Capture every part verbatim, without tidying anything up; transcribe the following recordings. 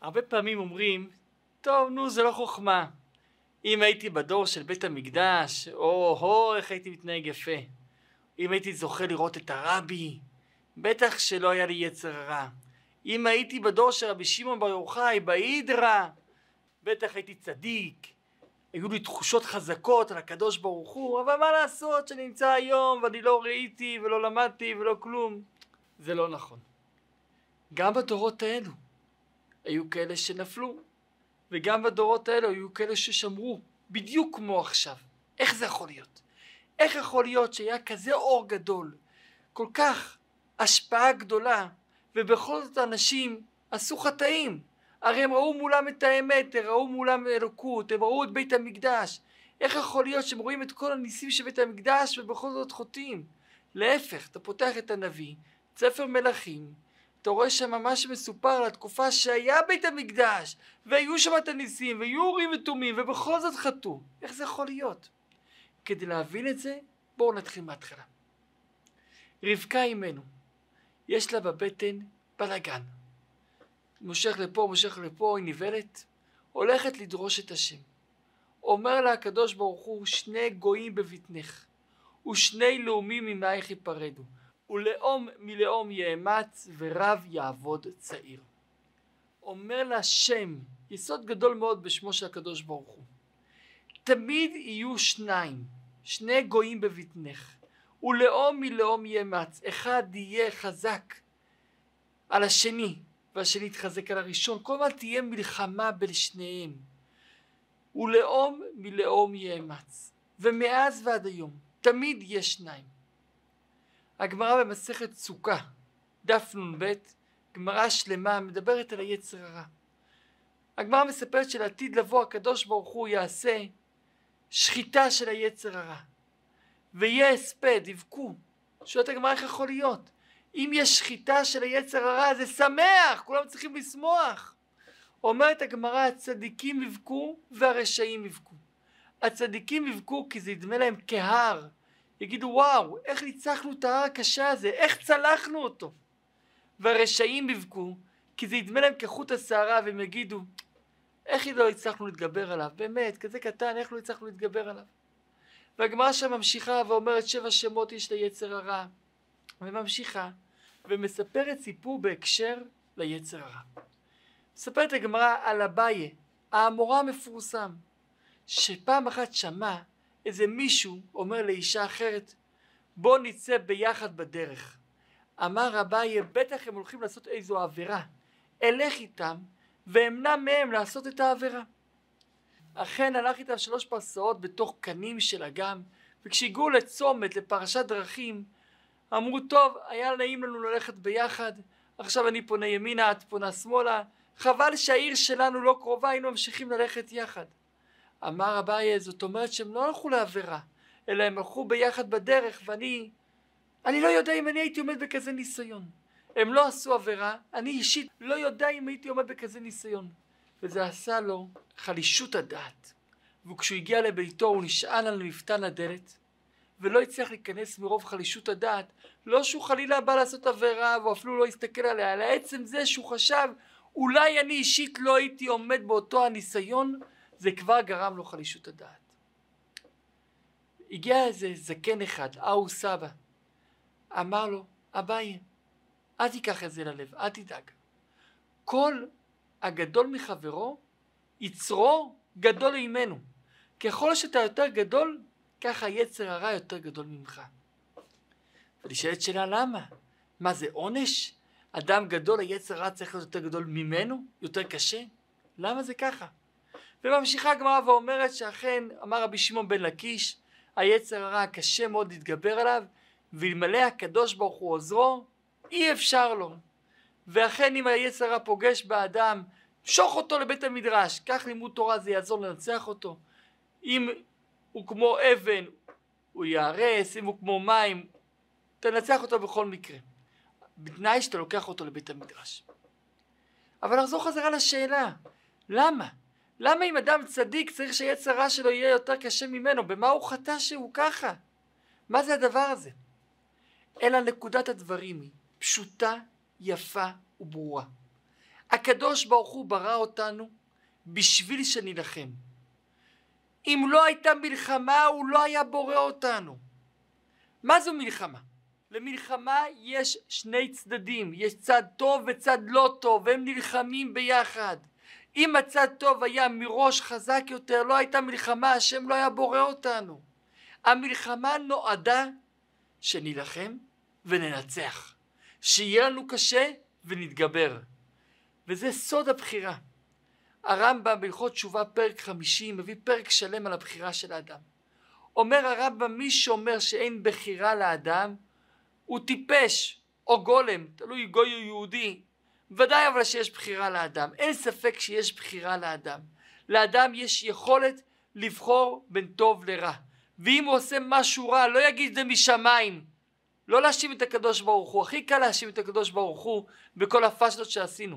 הרבה פעמים אומרים, טוב, נו, זה לא חוכמה. אם הייתי בדור של בית המקדש, או-הו, איך הייתי מתנהג יפה. אם הייתי זוכה לראות את הרבי, בטח שלא היה לי יצר הרע. אם הייתי בדור של רבי שמעון בר יוחאי, בהידרה, בטח הייתי צדיק. היו לי תחושות חזקות על הקדוש ברוך הוא, אבל מה לעשות שאני נמצא היום ואני לא ראיתי ולא למדתי ולא כלום. זה לא נכון. גם בדורות האלו היו כאלה שנפלו, וגם בדורות האלו היו כאלה ששמרו, בדיוק כמו עכשיו. איך זה יכול להיות? איך יכול להיות שהיה כזה אור גדול, כל כך השפעה גדולה, ובכל זאת אנשים עשו חטאים? הרי הם ראו מולם את האמת, הם ראו מולם אלוקות, הם ראו את בית המקדש. איך יכול להיות שהם רואים את כל הניסים של בית המקדש ובכל זאת חוטאים? להפך, אתה פותח את הנביא, ספר מלכים, אתה רואה שם ממש מסופר על התקופה שהיה בית המקדש, והיו שם את הניסים, והיו אורים ותומים, ובכל זאת חטאו. איך זה יכול להיות? כדי להבין את זה, בואו נתחיל מההתחלה. רבקה אימנו, יש לה בבטן בלגן. מושך לפה, מושך לפה, היא ניבלת, הולכת לדרוש את השם. אומר לה הקדוש ברוך הוא, שני גויים בבטנך, ושני לאומים ממאייך ייפרדו, ולאום מלאום יאמץ, ורב יעבוד צעיר. אומר לה שם, יסוד גדול מאוד בשמו של הקדוש ברוך הוא. תמיד יהיו שניים, שני גויים בבטנך, ולאום מלאום יאמץ, אחד יהיה חזק על השני, והשני יתחזק על הראשון. כל הזמן תהיה מלחמה בין שניהם. ולאום מלאום יאמץ. ומאז ועד היום, תמיד יש שניים. הגמרא במסכת סוכה, דף נ"ב, גמרא שלמה, מדברת על היצר הרע. הגמרא מספרת שלעתיד לבוא הקדוש ברוך הוא יעשה שחיטה של היצר הרע. ויהיה הספד, יבכו. שואלת הגמרא, איך יכול להיות? אם יש שחיטה של היצר הרע, זה שמח, כולם צריכים לשמוח. אומרת הגמרא, הצדיקים יבכו והרשעים יבכו. הצדיקים יבכו כי זה ידמה להם כהר. יגידו, וואו, איך ניצחנו את ההר הקשה הזה, איך צלחנו אותו. והרשעים יבכו כי זה ידמה להם כחוט השערה, והם יגידו, איך לא הצלחנו להתגבר עליו? באמת, כזה קטן, איך לא הצלחנו להתגבר עליו? והגמרא שם ממשיכה ואומרת, שבע שמות יש ליצר הרע. וממשיכה ומספרת סיפור בהקשר ליצר הרע. מספרת הגמרא על אביי, האמורא המפורסם, שפעם אחת שמע איזה מישהו אומר לאישה אחרת, בוא נצא ביחד בדרך. אמר אביי, בטח הם הולכים לעשות איזו עבירה, אלך איתם ואמנע מהם לעשות את העבירה. אכן הלך איתם שלוש פרסאות בתוך קנים של אגם, וכשהגיעו לצומת, לפרשת דרכים, אמרו, טוב, היה נעים לנו ללכת ביחד, עכשיו אני פונה ימינה, את פונה שמאלה, חבל שהעיר שלנו לא קרובה, היינו ממשיכים ללכת יחד. אמר אביי, זאת אומרת שהם לא הלכו לעבירה, אלא הם הלכו ביחד בדרך, ואני אני לא יודע אם אני הייתי עומד בכזה ניסיון. הם לא עשו עבירה, אני אישית לא יודע אם הייתי עומד בכזה ניסיון. וזה עשה לו חלישות הדעת. וכשהוא הגיע לביתו הוא נשאל על מפתן הדלת, ולא הצליח להיכנס מרוב חלישות הדעת, לא שהוא חלילה בא לעשות עבירה, והוא אפילו לא הסתכל עליה, אלא עצם זה שהוא חשב, אולי אני אישית לא הייתי עומד באותו הניסיון, זה כבר גרם לו חלישות הדעת. הגיע איזה זקן אחד, אהו סבא, אמר לו, אביי, אל תיקח את זה ללב, אל תדאג. כל הגדול מחברו, יצרו גדול ממנו. ככל שאתה יותר גדול, ככה יצר הרע יותר גדול ממך. ונשאלת שאלה, למה? מה זה עונש? אדם גדול, היצר הרע צריך להיות יותר גדול ממנו? יותר קשה? למה זה ככה? וממשיכה הגמרא ואומרת שאכן, אמר רבי שמעון בן לקיש, היצר הרע קשה מאוד להתגבר עליו, ואלמלא הקדוש ברוך הוא עוזרו, אי אפשר לו. ואכן אם היצר הרע פוגש באדם, שוך אותו לבית המדרש, כך לימוד תורה זה יעזור לנצח אותו. אם הוא כמו אבן, הוא יהרס, אם הוא כמו מים, תנצח אותו בכל מקרה. בתנאי שאתה לוקח אותו לבית המדרש. אבל נחזור חזרה לשאלה, למה? למה אם אדם צדיק צריך שהיצר הרע שלו יהיה יותר קשה ממנו? במה הוא חטא שהוא ככה? מה זה הדבר הזה? אלא נקודת הדברים היא פשוטה, יפה וברורה. הקדוש ברוך הוא ברא אותנו בשביל שנילחם. אם לא הייתה מלחמה, הוא לא היה בורא אותנו. מה זו מלחמה? למלחמה יש שני צדדים, יש צד טוב וצד לא טוב, והם נלחמים ביחד. אם הצד טוב היה מראש חזק יותר, לא הייתה מלחמה, השם לא היה בורא אותנו. המלחמה נועדה שנילחם וננצח, שיהיה לנו קשה ונתגבר. וזה סוד הבחירה. הרמב"ם בהלכות תשובה פרק חמישים מביא פרק שלם על הבחירה של האדם. אומר הרמב"ם, מי שאומר שאין בחירה לאדם הוא טיפש או גולם, תלוי גוי או יהודי. ודאי אבל שיש בחירה לאדם, אין ספק שיש בחירה לאדם. לאדם יש יכולת לבחור בין טוב לרע, ואם הוא עושה משהו רע לא יגיד זה משמיים. לא להאשים את הקדוש ברוך הוא, הכי קל להאשים את הקדוש ברוך הוא בכל הפשלות שעשינו.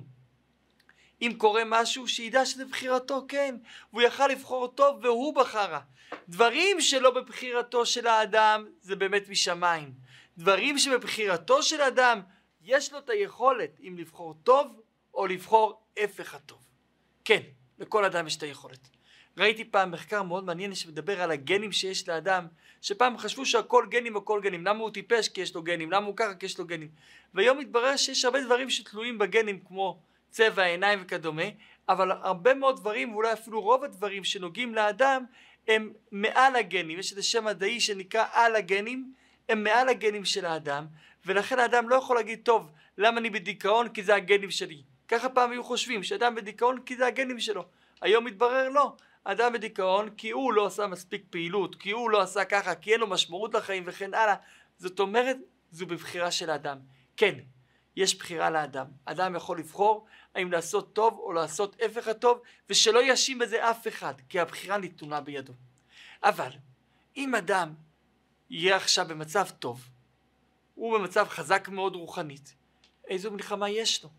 אם קורה משהו שידע שזה בחירתו, כן, והוא יכל לבחור טוב והוא בחר רע. דברים שלא בבחירתו של האדם זה באמת משמיים. דברים שבבחירתו של האדם יש לו את היכולת אם לבחור טוב או לבחור הפך הטוב. כן, לכל אדם יש את היכולת. ראיתי פעם מחקר מאוד מעניין שמדבר על הגנים שיש לאדם, שפעם חשבו שהכל גנים הכל גנים. למה הוא טיפש? כי יש לו גנים. למה הוא ככה? כי יש לו גנים. והיום מתברר שיש הרבה דברים שתלויים בגנים כמו צבע העיניים וכדומה, אבל הרבה מאוד דברים, ואולי אפילו רוב הדברים שנוגעים לאדם, הם מעל הגנים. יש איזה שם מדעי שנקרא על הגנים, הם מעל הגנים של האדם, ולכן האדם לא יכול להגיד, טוב, למה אני בדיכאון? כי זה הגנים שלי. ככה פעם היו חושבים, שאדם בדיכאון כי זה הגנים שלו. היום מתברר לא. אדם בדיכאון כי הוא לא עשה מספיק פעילות, כי הוא לא עשה ככה, כי אין לו משמעות לחיים וכן הלאה. זאת אומרת, זו בבחירה של האדם. כן, יש בחירה לאדם. אדם יכול לבחור האם לעשות טוב או לעשות הפך הטוב, ושלא יאשים בזה אף אחד, כי הבחירה נתונה בידו. אבל אם אדם יהיה עכשיו במצב טוב, הוא במצב חזק מאוד רוחנית, איזו מלחמה יש לו?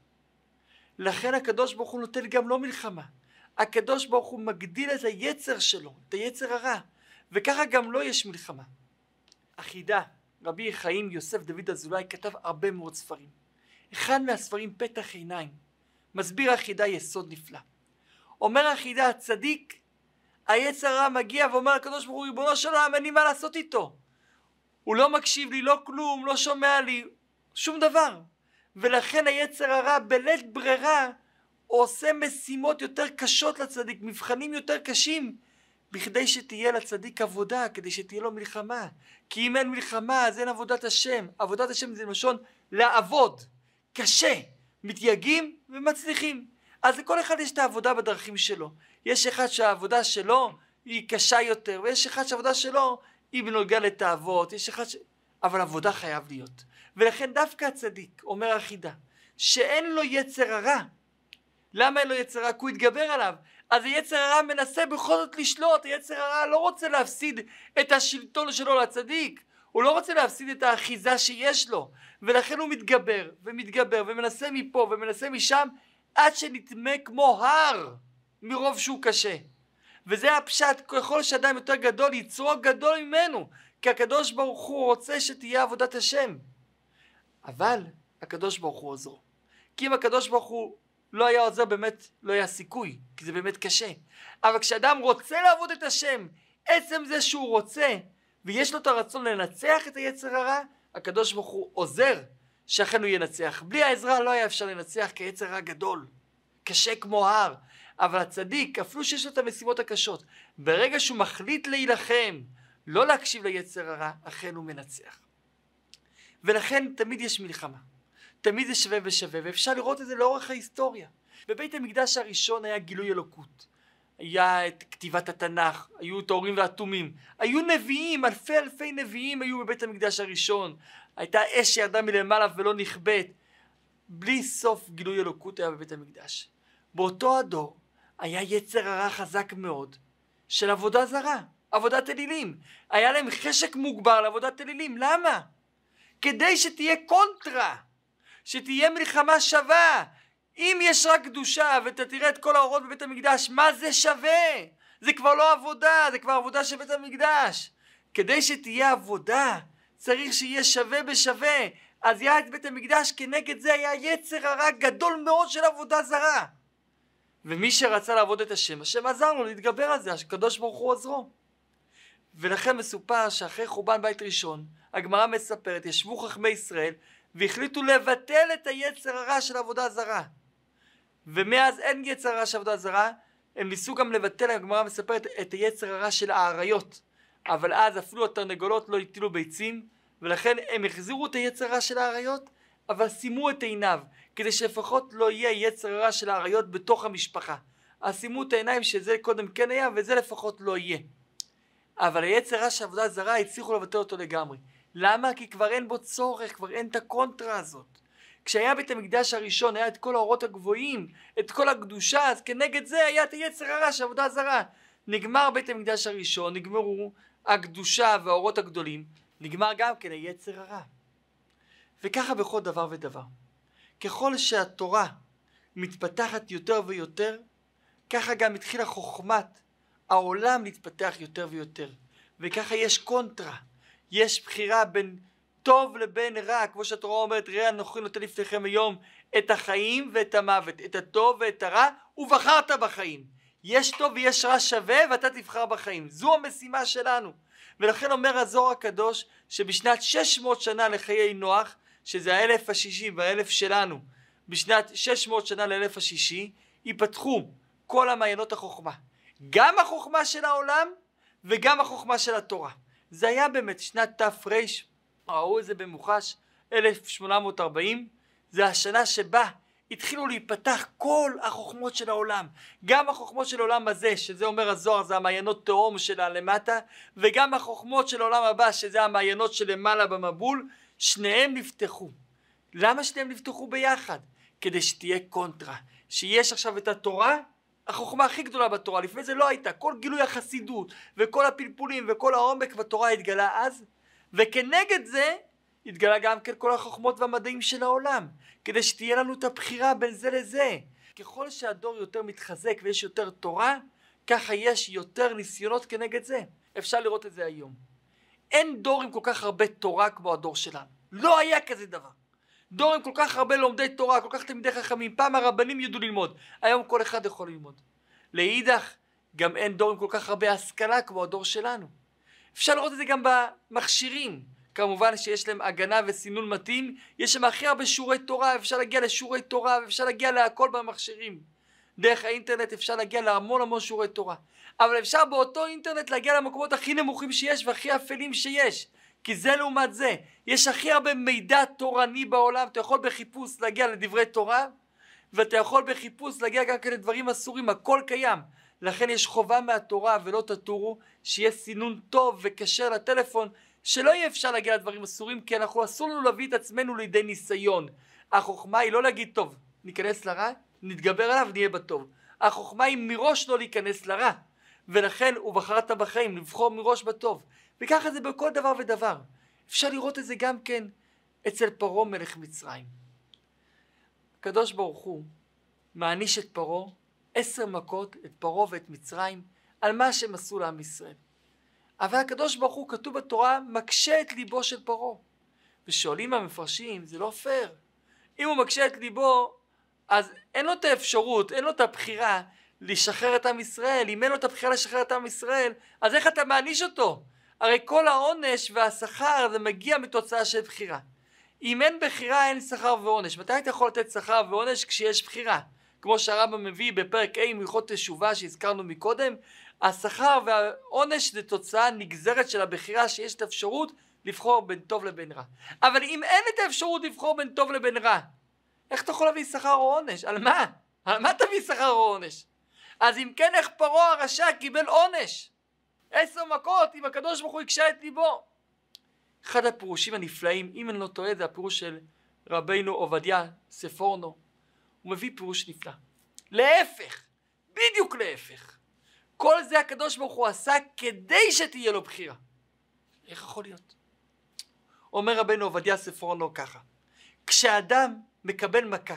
לכן הקדוש ברוך הוא נותן גם לא מלחמה. הקדוש ברוך הוא מגדיל את היצר שלו, את היצר הרע, וככה גם לא יש מלחמה. אחידה, רבי חיים יוסף דוד אזולאי כתב הרבה מאוד ספרים. אחד מהספרים פתח עיניים, מסביר אחידה יסוד נפלא. אומר אחידה, הצדיק, היצר הרע מגיע ואומר הקדוש ברוך הוא, ריבונו של עולם, אין לי מה לעשות איתו. הוא לא מקשיב לי, לא כלום, לא שומע לי, שום דבר. ולכן היצר הרע בלית ברירה עושה משימות יותר קשות לצדיק, מבחנים יותר קשים, בכדי שתהיה לצדיק עבודה, כדי שתהיה לו מלחמה. כי אם אין מלחמה, אז אין עבודת השם. עבודת השם זה לשון לעבוד. קשה, מתייגעים ומצליחים. אז לכל אחד יש את העבודה בדרכים שלו. יש אחד שהעבודה שלו היא קשה יותר, ויש אחד שהעבודה שלו היא בנוגע לתאוות, יש אחד ש... אבל עבודה חייב להיות. ולכן דווקא הצדיק, אומר אחידה, שאין לו יצר הרע. למה אין לו יצר הרע? כי הוא יתגבר עליו. אז היצר הרע מנסה בכל זאת לשלוט. היצר הרע לא רוצה להפסיד את השלטון שלו לצדיק. הוא לא רוצה להפסיד את האחיזה שיש לו. ולכן הוא מתגבר ומתגבר ומנסה מפה ומנסה משם, עד שנתמה כמו הר מרוב שהוא קשה. וזה הפשט, ככל שאדם יותר גדול, יצרו גדול ממנו. כי הקדוש ברוך הוא רוצה שתהיה עבודת השם. אבל הקדוש ברוך הוא עוזרו. כי אם הקדוש ברוך הוא לא היה עוזר, באמת לא היה סיכוי, כי זה באמת קשה. אבל כשאדם רוצה לעבוד את השם, עצם זה שהוא רוצה, ויש לו את הרצון לנצח את היצר הרע, הקדוש ברוך הוא עוזר שאכן הוא ינצח. בלי העזרה לא היה אפשר לנצח, כי היצר הרע גדול, קשה כמו הר. אבל הצדיק, אפילו שיש לו את המשימות הקשות, ברגע שהוא מחליט להילחם, לא להקשיב ליצר הרע, אכן הוא מנצח. ולכן תמיד יש מלחמה. תמיד זה שווה ושווה, ואפשר לראות את זה לאורך ההיסטוריה. בבית המקדש הראשון היה גילוי אלוקות. היה את כתיבת התנ"ך, היו את האורים והתומים. היו נביאים, אלפי אלפי נביאים היו בבית המקדש הראשון. הייתה אש שירדה מלמעלה ולא נכבית. בלי סוף גילוי אלוקות היה בבית המקדש. באותו הדור היה יצר הרע חזק מאוד של עבודה זרה, עבודת אלילים. היה להם חשק מוגבר לעבודת אלילים. למה? כדי שתהיה קונטרה, שתהיה מלחמה שווה. אם יש רק קדושה ואתה תראה את כל האורות בבית המקדש, מה זה שווה? זה כבר לא עבודה, זה כבר עבודה של בית המקדש. כדי שתהיה עבודה, צריך שיהיה שווה בשווה. אז היה את בית המקדש, כנגד זה היה יצר הרע גדול מאוד של עבודה זרה. ומי שרצה לעבוד את השם, השם עזר לו להתגבר על זה, הקדוש ברוך הוא עזרו. ולכן מסופר שאחרי חורבן בית ראשון, הגמרא מספרת, ישבו חכמי ישראל והחליטו לבטל את היצר הרע של עבודה זרה. ומאז אין יצר הרע של עבודה זרה, הם ניסו גם לבטל, הגמרא מספרת, את היצר הרע של האריות. אבל אז אפילו התרנגולות לא הטילו ביצים, ולכן הם החזירו את היצר הרע של האריות, אבל שימו את עיניו, כדי שלפחות לא יהיה יצר הרע של האריות בתוך המשפחה. אז שימו את העיניים שזה קודם כן היה, וזה לפחות לא יהיה. אבל היצר הרע של עבודה זרה הצליחו לבטל אותו לגמרי. למה? כי כבר אין בו צורך, כבר אין את הקונטרה הזאת. כשהיה בית המקדש הראשון, היה את כל האורות הגבוהים, את כל הקדושה, אז כנגד זה היה את היצר הרע של עבודה זרה. נגמר בית המקדש הראשון, נגמרו הקדושה והאורות הגדולים, נגמר גם כן היצר הרע. וככה בכל דבר ודבר. ככל שהתורה מתפתחת יותר ויותר, ככה גם התחילה חוכמת העולם להתפתח יותר ויותר. וככה יש קונטרה, יש בחירה בין טוב לבין רע, כמו שהתורה אומרת, ראה אנוכי נותן לפניכם היום את החיים ואת המוות, את הטוב ואת הרע, ובחרת בחיים. יש טוב ויש רע שווה ואתה תבחר בחיים. זו המשימה שלנו. ולכן אומר הזוהר הקדוש שבשנת שש מאות שנה לחיי נוח, שזה האלף השישי והאלף שלנו, בשנת שש מאות שנה לאלף השישי, ייפתחו כל המעיינות החוכמה. גם החוכמה של העולם וגם החוכמה של התורה. זה היה באמת שנת ת' ר', ראו את זה במוחש, אלף שמונה מאות ארבעים, זה השנה שבה התחילו להיפתח כל החוכמות של העולם. גם החוכמות של העולם הזה, שזה אומר הזוהר, זה המעיינות תהום של הלמטה, וגם החוכמות של העולם הבא, שזה המעיינות שלמעלה במבול, שניהם נפתחו. למה שניהם נפתחו ביחד? כדי שתהיה קונטרה. שיש עכשיו את התורה, החוכמה הכי גדולה בתורה, לפני זה לא הייתה. כל גילוי החסידות וכל הפלפולים וכל העומק בתורה התגלה אז, וכנגד זה התגלה גם כן כל החוכמות והמדעים של העולם, כדי שתהיה לנו את הבחירה בין זה לזה. ככל שהדור יותר מתחזק ויש יותר תורה, ככה יש יותר ניסיונות כנגד זה. אפשר לראות את זה היום. אין דור עם כל כך הרבה תורה כמו הדור שלנו. לא היה כזה דבר. דור עם כל כך הרבה לומדי תורה, כל כך תלמידי חכמים. פעם הרבנים ידעו ללמוד, היום כל אחד יכול ללמוד. לאידך, גם אין דור עם כל כך הרבה השכלה כמו הדור שלנו. אפשר לראות את זה גם במכשירים. כמובן שיש להם הגנה וסינון מתאים, יש שם הכי הרבה שיעורי תורה, אפשר להגיע לשיעורי תורה, ואפשר להגיע להכל במכשירים. דרך האינטרנט אפשר להגיע להמון המון שיעורי תורה. אבל אפשר באותו אינטרנט להגיע למקומות הכי נמוכים שיש והכי אפלים שיש. כי זה לעומת זה, יש הכי הרבה מידע תורני בעולם, אתה יכול בחיפוש להגיע לדברי תורה, ואתה יכול בחיפוש להגיע גם כאלה דברים אסורים, הכל קיים. לכן יש חובה מהתורה ולא תטורו, שיהיה סינון טוב וכשר לטלפון, שלא יהיה אפשר להגיע לדברים אסורים, כי אנחנו אסור לנו להביא את עצמנו לידי ניסיון. החוכמה היא לא להגיד טוב, ניכנס לרע, נתגבר עליו, נהיה בטוב. החוכמה היא מראש לא להיכנס לרע, ולכן ובחרת בחיים, לבחור מראש בטוב. וככה זה בכל דבר ודבר. אפשר לראות את זה גם כן אצל פרעה מלך מצרים. הקדוש ברוך הוא מעניש את פרעה עשר מכות, את פרעה ואת מצרים, על מה שהם עשו לעם ישראל. אבל הקדוש ברוך הוא, כתוב בתורה, מקשה את ליבו של פרעה. ושואלים המפרשים, זה לא פייר. אם הוא מקשה את ליבו, אז אין לו את האפשרות, אין לו את הבחירה לשחרר את עם ישראל. אם אין לו את הבחירה לשחרר את עם ישראל, אז איך אתה מעניש אותו? הרי כל העונש והשכר זה מגיע מתוצאה של בחירה. אם אין בחירה, אין שכר ועונש. מתי אתה יכול לתת שכר ועונש? כשיש בחירה. כמו שהרמב"ם מביא בפרק ה' מהלכות תשובה שהזכרנו מקודם, השכר והעונש זה תוצאה נגזרת של הבחירה, שיש את האפשרות לבחור בין טוב לבין רע. אבל אם אין את האפשרות לבחור בין טוב לבין רע, איך אתה יכול להביא שכר או עונש? על מה? על מה תביא שכר או עונש? אז אם כן, איך פרעה הרשע קיבל עונש? עשר מכות אם הקדוש ברוך הוא יקשה את ליבו. אחד הפירושים הנפלאים, אם אני לא טועה, זה הפירוש של רבינו עובדיה ספורנו. הוא מביא פירוש נפלא. להפך, בדיוק להפך. כל זה הקדוש ברוך הוא עשה כדי שתהיה לו בחירה. איך יכול להיות? אומר רבינו עובדיה ספורנו ככה. כשאדם מקבל מכה,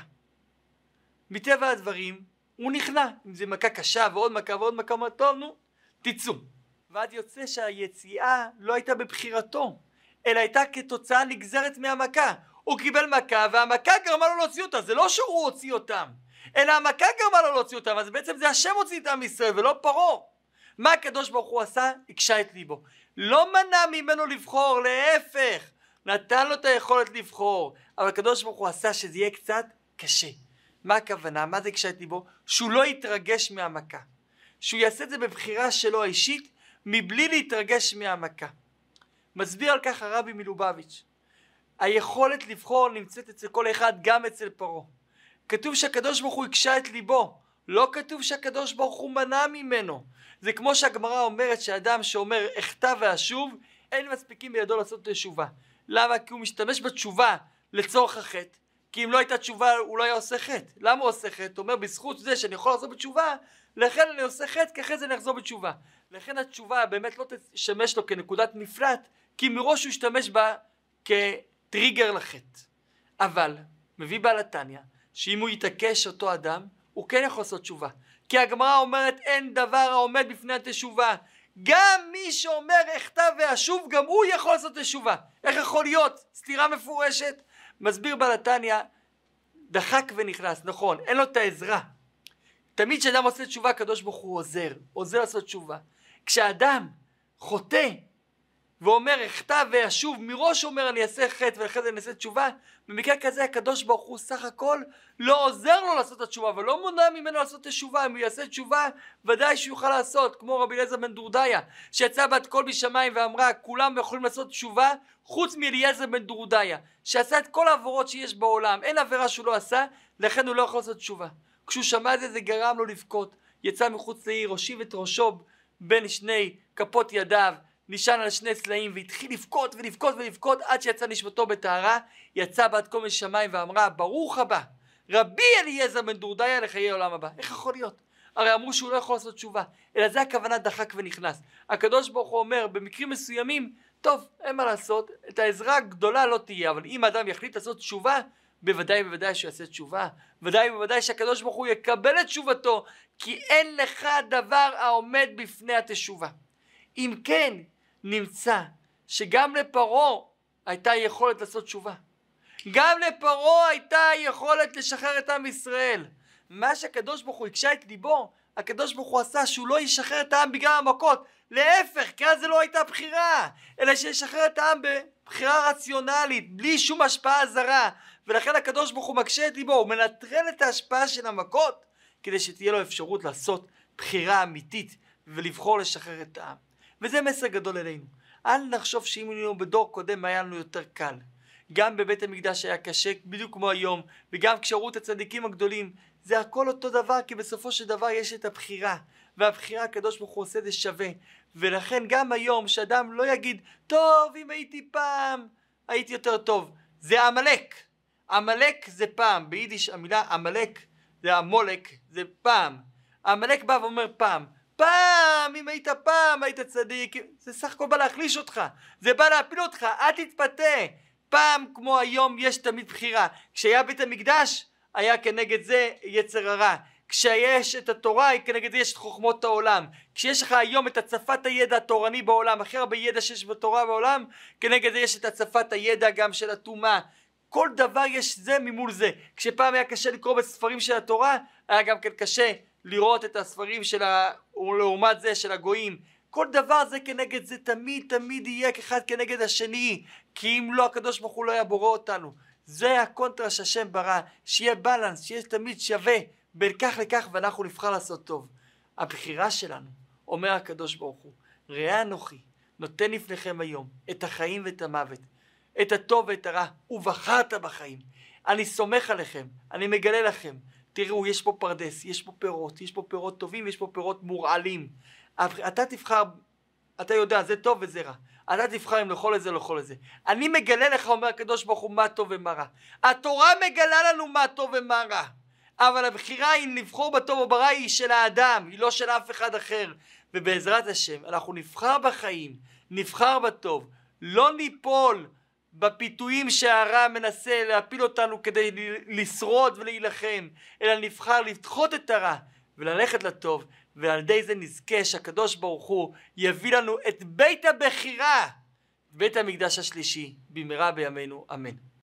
מטבע הדברים הוא נכנע. אם זה מכה קשה ועוד מכה ועוד מכה, אומר טוב, נו, תצאו. ועד יוצא שהיציאה לא הייתה בבחירתו, אלא הייתה כתוצאה נגזרת מהמכה. הוא קיבל מכה, והמכה גרמה לו להוציא אותה. זה לא שהוא הוציא אותם, אלא המכה גרמה לו להוציא אותם. אז בעצם זה השם הוציא את עם ישראל ולא פרעה. מה הקדוש ברוך הוא עשה? הקשה את ליבו. לא מנע ממנו לבחור, להפך, נתן לו את היכולת לבחור. אבל הקדוש ברוך הוא עשה שזה יהיה קצת קשה. מה הכוונה? מה זה הקשה את ליבו? שהוא לא יתרגש מהמכה. שהוא יעשה את זה בבחירה שלו האישית, מבלי להתרגש מהמכה. מסביר על כך הרבי מלובביץ'. היכולת לבחור נמצאת אצל כל אחד, גם אצל פרעה. כתוב שהקדוש ברוך הוא הקשה את ליבו. לא כתוב שהקדוש ברוך הוא מנע ממנו. זה כמו שהגמרא אומרת שאדם שאומר אחטא ואשוב, אין מספיקים בידו לעשות תשובה. למה? כי הוא משתמש בתשובה לצורך החטא. כי אם לא הייתה תשובה הוא לא היה עושה חטא. למה הוא עושה חטא? הוא אומר בזכות זה שאני יכול לעשות בתשובה, לכן אני עושה חטא, כי אחרי זה אני אחזור בתשובה. לכן התשובה באמת לא תשמש לו כנקודת מפלט, כי מראש הוא ישתמש בה כטריגר לחטא. אבל מביא בעל התניא שאם הוא יתעקש אותו אדם, הוא כן יכול לעשות תשובה. כי הגמרא אומרת אין דבר העומד בפני התשובה. גם מי שאומר אחטא ואשוב, גם הוא יכול לעשות תשובה. איך יכול להיות? סתירה מפורשת. מסביר בעל התניא, דחק ונכנס. נכון, אין לו את העזרה. תמיד כשאדם עושה תשובה, הקדוש ברוך הוא עוזר. עוזר לעשות תשובה. כשאדם חוטא ואומר אחטא ואשוב, מראש אומר אני אעשה חטא ואחרי זה אני אעשה תשובה, במקרה כזה הקדוש ברוך הוא סך הכל לא עוזר לו לעשות את התשובה, ולא מונע ממנו לעשות את התשובה. אם הוא יעשה תשובה ודאי שהוא יוכל לעשות, כמו רבי אליעזר בן דורדיה שיצא בת קול משמיים ואמרה כולם יכולים לעשות תשובה חוץ מאליעזר בן דורדיה שעשה את כל העבירות שיש בעולם, אין עבירה שהוא לא עשה, לכן הוא לא יכול לעשות תשובה. כשהוא שמע את זה זה גרם לו לבכות, יצא מחוץ לעיר, הושיב את ראשו בין שני כפות ידיו, נשען על שני סלעים והתחיל לבכות ולבכות ולבכות עד שיצא נשמתו בטהרה. יצא בת קול משמיים ואמרה ברוך הבא רבי אליעזר בן דורדיה לחיי עולם הבא. איך יכול להיות? הרי אמרו שהוא לא יכול לעשות תשובה, אלא זה הכוונה דחק ונכנס. הקדוש ברוך הוא אומר במקרים מסוימים טוב אין מה לעשות, את העזרה הגדולה לא תהיה, אבל אם האדם יחליט לעשות תשובה בוודאי בוודאי שהוא יעשה תשובה, ודאי בוודאי שהקדוש ברוך הוא יקבל את תשובתו, כי אין לך דבר העומד בפני התשובה. אם כן נמצא שגם לפרעה הייתה יכולת לעשות תשובה, גם לפרעה הייתה יכולת לשחרר את עם ישראל. מה שהקדוש ברוך הוא הקשה את ליבו, הקדוש ברוך הוא עשה שהוא לא ישחרר את העם בגלל המכות, להפך, כי אז זה לא הייתה בחירה, אלא שישחרר את העם בבחירה רציונלית בלי שום השפעה זרה. ולכן הקדוש ברוך הוא מקשה את ליבו, הוא מנטרל את ההשפעה של המכות כדי שתהיה לו אפשרות לעשות בחירה אמיתית ולבחור לשחרר את העם. וזה מסר גדול אלינו. אל נחשוב שאם היינו בדור קודם היה לנו יותר קל. גם בבית המקדש היה קשה בדיוק כמו היום, וגם כשראו את הצדיקים הגדולים, זה הכל אותו דבר, כי בסופו של דבר יש את הבחירה, והבחירה הקדוש ברוך הוא עושה זה שווה. ולכן גם היום שאדם לא יגיד טוב אם הייתי פעם הייתי יותר טוב, זה עמלק. עמלק זה פעם, ביידיש המילה עמלק זה המולק, זה פעם. עמלק בא ואומר פעם, פעם אם היית פעם היית צדיק. זה סך הכל בא להחליש אותך, זה בא להפיל אותך, אל תתפתה. פעם כמו היום יש תמיד בחירה. כשהיה בית המקדש היה כנגד זה יצר הרע, כשיש את התורה כנגד זה יש את חוכמות העולם. כשיש לך היום את הצפת הידע התורני בעולם, הכי הרבה ידע שיש בתורה בעולם, כנגד זה יש את הצפת הידע גם של הטומאה. כל דבר יש זה ממול זה. כשפעם היה קשה לקרוא בספרים של התורה, היה גם כן קשה לראות את הספרים של ה... לעומת זה של הגויים. כל דבר זה כנגד זה, תמיד תמיד יהיה אחד כנגד השני, כי אם לא הקדוש ברוך הוא לא היה בורא אותנו. זה הקונטרה שהשם ברא, שיהיה בלנס, שיהיה תמיד שווה בין כך לכך, ואנחנו נבחר לעשות טוב. הבחירה שלנו, אומר הקדוש ברוך הוא, ראה אנוכי נותן לפניכם היום את החיים ואת המוות, את הטוב ואת הרע, ובחרת בחיים. אני סומך עליכם, אני מגלה לכם, תראו יש פה פרדס, יש פה פירות, יש פה פירות טובים, יש פה פירות מורעלים. אתה תבחר, אתה יודע זה טוב וזה רע, אתה תבחר אם לאכול את זה לאכול את זה. אני מגלה לך, אומר הקדוש ברוך הוא, מה טוב ומה רע. התורה מגלה לנו מה טוב ומה רע, אבל הבחירה היא לבחור בטוב או ברע היא של האדם, היא לא של אף אחד אחר. ובעזרת השם אנחנו נבחר בחיים, נבחר בטוב, לא ניפול בפיתויים שהרע מנסה להפיל אותנו כדי לשרוד ולהילחם, אלא נבחר לדחות את הרע וללכת לטוב, ועל ידי זה נזכה שהקדוש ברוך הוא יביא לנו את בית הבחירה, בית המקדש השלישי, במהרה בימינו, אמן.